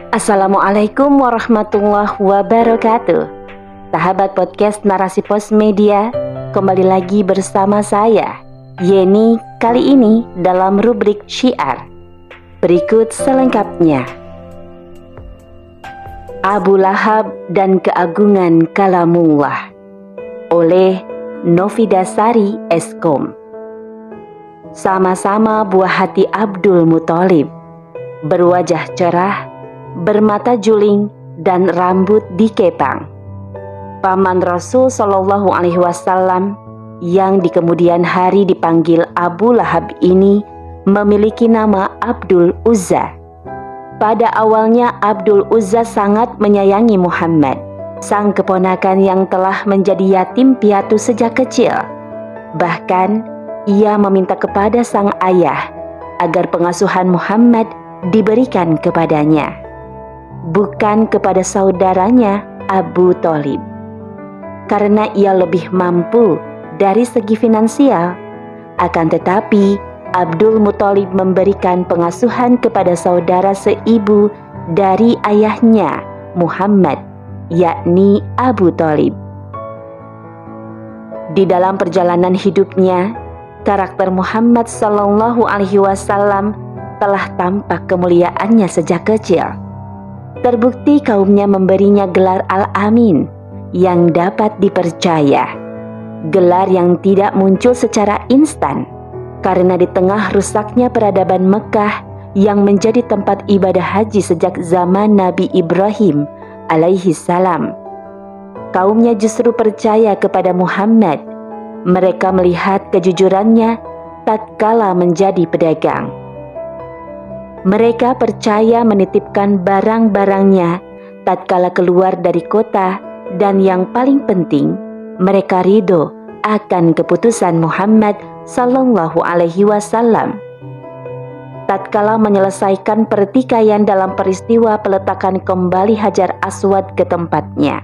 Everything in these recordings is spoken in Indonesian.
Assalamualaikum warahmatullahi wabarakatuh. Sahabat podcast Narasi Pos Media, kembali lagi bersama saya, Yeni, kali ini dalam rubrik Syiar. Berikut selengkapnya. Abu Lahab dan Keagungan Kalamullah oleh Novidasari Eskom. Sama-sama buah hati Abdul Muthalib, berwajah cerah, bermata juling, dan rambut dikepang. Paman Rasul Shallallahu Alaihi Wasallam yang di kemudian hari dipanggil Abu Lahab ini memiliki nama Abdul Uzza. Pada awalnya Abdul Uzza sangat menyayangi Muhammad, sang keponakan yang telah menjadi yatim piatu sejak kecil. Bahkan ia meminta kepada sang ayah agar pengasuhan Muhammad diberikan kepadanya, bukan kepada saudaranya Abu Thalib. Karena ia lebih mampu dari segi finansial, akan tetapi Abdul Muthalib memberikan pengasuhan kepada saudara seibu dari ayahnya Muhammad, yakni Abu Thalib. Di dalam perjalanan hidupnya, karakter Muhammad Sallallahu Alaihi Wasallam telah tampak kemuliaannya sejak kecil. Terbukti kaumnya memberinya gelar Al-Amin yang dapat dipercaya. Gelar yang tidak muncul secara instan, karena di tengah rusaknya peradaban Mekah yang menjadi tempat ibadah haji sejak zaman Nabi Ibrahim alaihi salam, kaumnya justru percaya kepada Muhammad. Mereka melihat kejujurannya tatkala menjadi pedagang. Mereka percaya menitipkan barang-barangnya tatkala keluar dari kota, dan yang paling penting, mereka ridho akan keputusan Muhammad Sallallahu Alaihi Wasallam. Tatkala menyelesaikan pertikaian dalam peristiwa peletakan kembali Hajar Aswad ke tempatnya.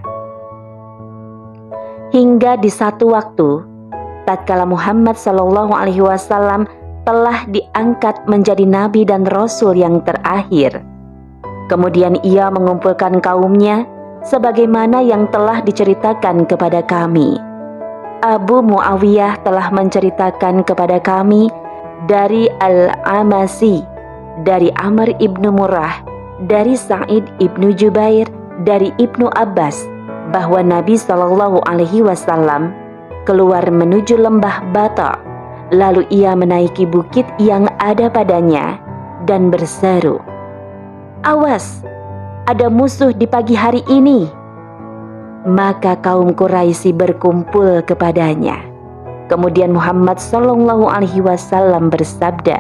Hingga di satu waktu, tatkala Muhammad Sallallahu Alaihi Wasallam telah diangkat menjadi nabi dan rasul yang terakhir, kemudian ia mengumpulkan kaumnya sebagaimana yang telah diceritakan kepada kami. Abu Muawiyah telah menceritakan kepada kami dari Al-Amasi, dari Amr ibnu Murrah, dari Sa'id ibnu Jubair, dari Ibnu Abbas, bahwa Nabi Sallallahu Alaihi Wasallam keluar menuju lembah Bata, lalu ia menaiki bukit yang ada padanya dan berseru, "Awas, ada musuh di pagi hari ini." Maka kaum Quraisy berkumpul kepadanya. Kemudian Muhammad Sallallahu Alaihi Wasallam bersabda,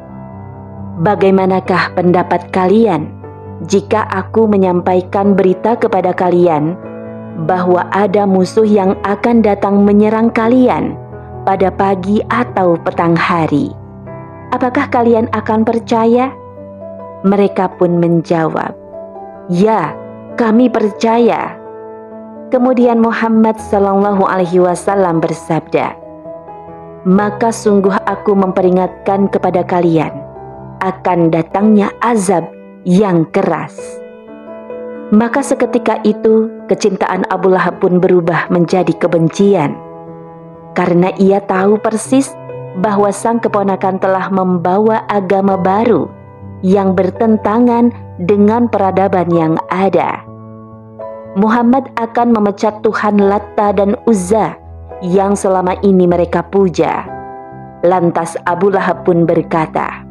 "Bagaimanakah pendapat kalian jika aku menyampaikan berita kepada kalian bahwa ada musuh yang akan datang menyerang kalian pada pagi atau petang hari? Apakah kalian akan percaya?" Mereka pun menjawab, "Ya, kami percaya." Kemudian Muhammad Sallallahu Alaihi Wasallam bersabda, "Maka sungguh aku memperingatkan kepada kalian akan datangnya azab yang keras." Maka seketika itu kecintaan Abu Lahab pun berubah menjadi kebencian, karena ia tahu persis bahwa sang keponakan telah membawa agama baru yang bertentangan dengan peradaban yang ada. Muhammad akan memecat Tuhan Latta dan Uzza yang selama ini mereka puja. Lantas Abu Lahab pun berkata,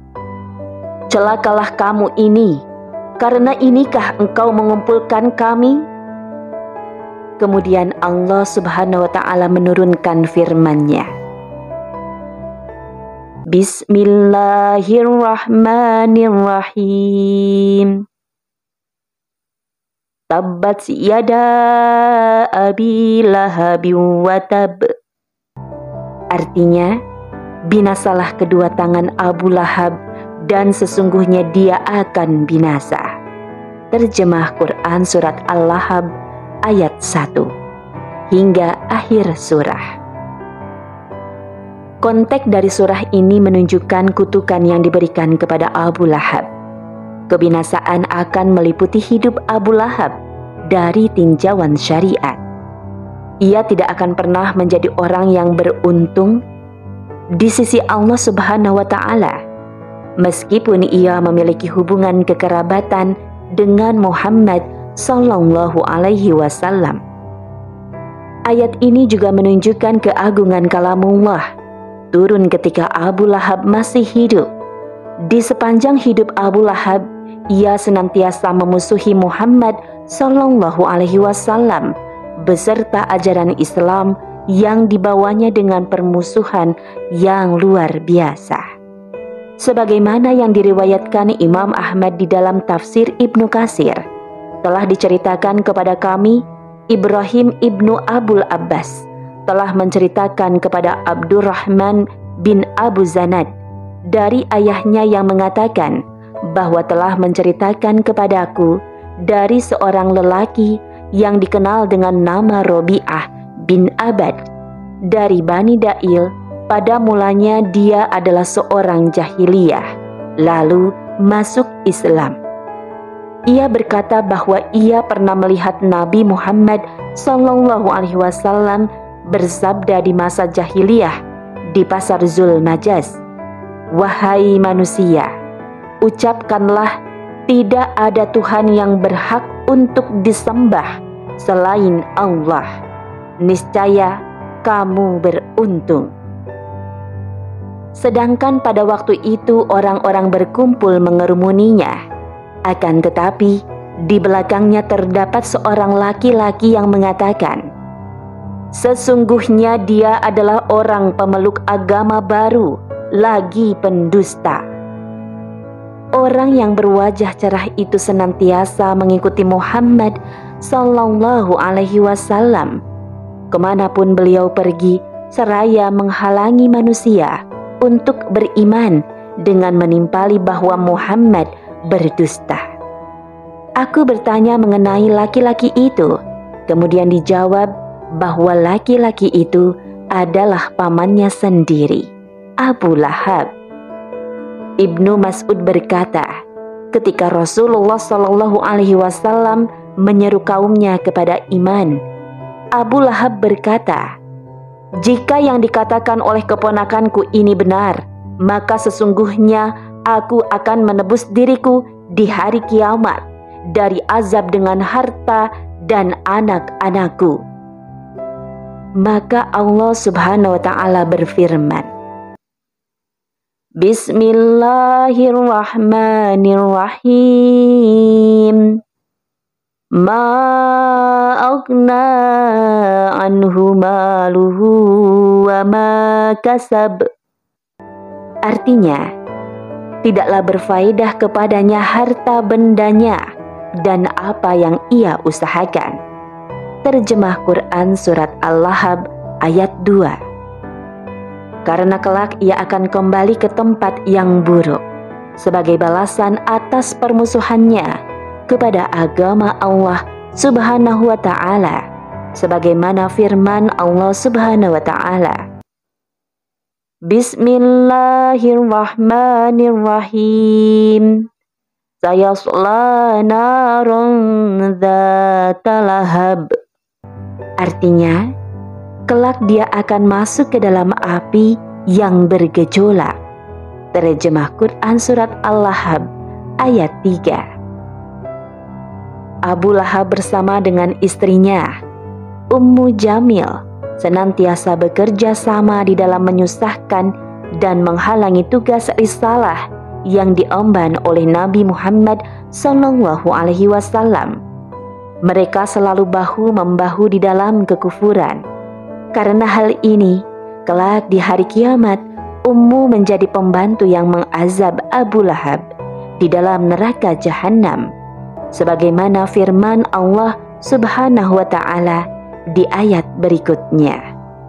"Celakalah kamu ini, karena inikah engkau mengumpulkan kami?" Kemudian Allah Subhanahu wa Ta'ala menurunkan firman-Nya, Bismillahirrahmanirrahim. Tabbat yada abi lahabi wa tab. Artinya, binasalah kedua tangan Abu Lahab dan sesungguhnya dia akan binasa. Terjemah Quran Surat Al-Lahab ayat 1 hingga akhir surah. Konteks dari surah ini menunjukkan kutukan yang diberikan kepada Abu Lahab. kebinasaan akan meliputi hidup Abu Lahab dari tinjauan syariat. Ia tidak akan pernah menjadi orang yang beruntung di sisi Allah Subhanahu wa Ta'ala, meskipun ia memiliki hubungan kekerabatan dengan Muhammad Sallallahu Alaihi Wasallam. Ayat ini juga menunjukkan keagungan kalamullah turun ketika Abu Lahab masih hidup. Di sepanjang hidup Abu Lahab, ia senantiasa memusuhi Muhammad Sallallahu Alaihi Wasallam beserta ajaran Islam yang dibawanya dengan permusuhan yang luar biasa. Sebagaimana yang diriwayatkan Imam Ahmad di dalam tafsir Ibnu Katsir, telah diceritakan kepada kami, Ibrahim ibnu Abul Abbas telah menceritakan kepada Abdurrahman bin Abu Zanad dari ayahnya yang mengatakan bahwa telah menceritakan kepadaku dari seorang lelaki yang dikenal dengan nama Robi'ah bin Abad dari Bani Da'il. Pada mulanya dia adalah seorang jahiliyah, lalu masuk Islam. Ia berkata bahwa ia pernah melihat Nabi Muhammad Sallallahu Alaihi Wasallam bersabda di masa jahiliyah di pasar Zulmajaz, "Wahai manusia, ucapkanlah tidak ada Tuhan yang berhak untuk disembah selain Allah. Niscaya kamu beruntung." Sedangkan pada waktu itu orang-orang berkumpul mengerumuninya. Akan tetapi di belakangnya terdapat seorang laki-laki yang mengatakan, "Sesungguhnya dia adalah orang pemeluk agama baru, lagi pendusta." Orang yang berwajah cerah itu senantiasa mengikuti Muhammad Sallallahu Alaihi Wasallam kemanapun beliau pergi, seraya menghalangi manusia untuk beriman dengan menimpali bahwa Muhammad berdusta. Aku bertanya mengenai laki-laki itu, kemudian dijawab bahwa laki-laki itu adalah pamannya sendiri, Abu Lahab. Ibnu Mas'ud berkata, ketika Rasulullah Shallallahu Alaihi Wasallam menyeru kaumnya kepada iman, Abu Lahab berkata, "Jika yang dikatakan oleh keponakanku ini benar, maka sesungguhnya aku akan menebus diriku di hari kiamat dari azab dengan harta dan anak-anakku." Maka Allah Subhanahu wa Ta'ala berfirman, Bismillahirrahmanirrahim. Ma aghna anhu maluhu wa ma kasab. Artinya, tidaklah berfaedah kepadanya harta bendanya dan apa yang ia usahakan. Terjemah Quran Surat Al-Lahab ayat 2. Karena kelak ia akan kembali ke tempat yang buruk sebagai balasan atas permusuhannya kepada agama Allah Subhanahu wa Ta'ala, sebagaimana firman Allah Subhanahu wa Ta'ala, Bismillahirrahmanirrahim. Sayasla narun dzata lahab. Artinya, kelak dia akan masuk ke dalam api yang bergejolak. Terjemah Quran Surat Al-Lahab ayat 3. Abu Lahab bersama dengan istrinya, Ummu Jamil, senantiasa bekerja sama di dalam menyusahkan dan menghalangi tugas risalah yang diemban oleh Nabi Muhammad Sallallahu Alaihi Wasallam. Mereka selalu bahu-membahu di dalam kekufuran. Karena hal ini, kelak di hari kiamat, Ummu menjadi pembantu yang mengazab Abu Lahab di dalam neraka Jahannam, sebagaimana firman Allah Subhanahu wa Ta'ala di ayat berikutnya.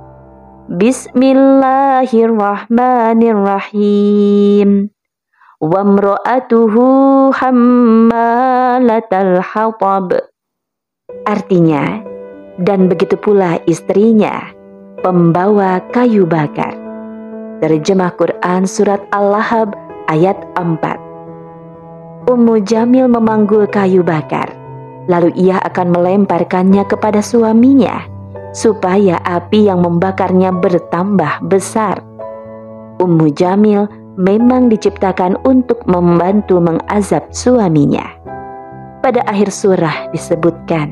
Bismillahirrahmanirrahim. Wa imra'atuhu hammalatal hatab. Artinya, dan begitu pula istrinya, pembawa kayu bakar. Terjemah Quran Surat Al-Lahab ayat 4. Ummu Jamil memanggul kayu bakar. Lalu ia akan melemparkannya kepada suaminya supaya api yang membakarnya bertambah besar. Ummu Jamil memang diciptakan untuk membantu mengazab suaminya. Pada akhir surah disebutkan,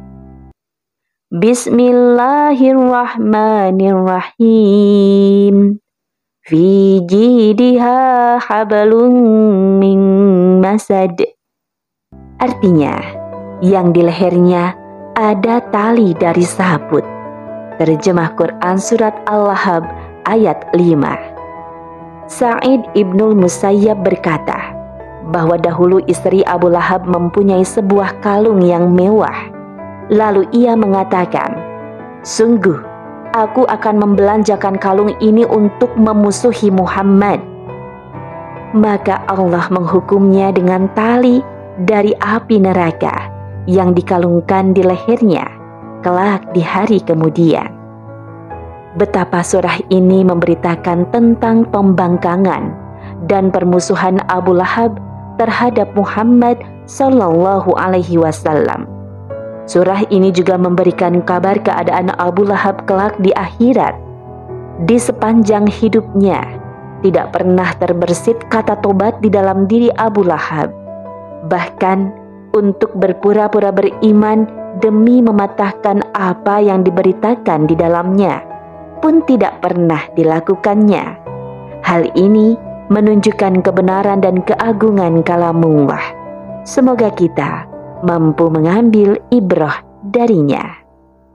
Bismillahirrahmanirrahim. Fi jidiha hablum min masad. Artinya, yang di lehernya ada tali dari sabut. Terjemah Quran Surat Al-Lahab ayat 5. Sa'id ibnul Musayyab berkata bahwa dahulu istri Abu Lahab mempunyai sebuah kalung yang mewah. Lalu ia mengatakan, sungguh aku akan membelanjakan kalung ini untuk memusuhi Muhammad. Maka Allah menghukumnya dengan tali dari api neraka yang dikalungkan di lehernya kelak di hari kemudian. Betapa surah ini memberitakan tentang pembangkangan dan permusuhan Abu Lahab terhadap Muhammad Sallallahu Alaihi Wasallam. Surah ini juga memberikan kabar keadaan Abu Lahab kelak di akhirat. Di sepanjang hidupnya tidak pernah terbersit kata tobat di dalam diri Abu Lahab. Bahkan untuk berpura-pura beriman demi mematahkan apa yang diberitakan di dalamnya pun tidak pernah dilakukannya. Hal ini menunjukkan kebenaran dan keagungan kalamullah. Semoga kita mampu mengambil ibrah darinya.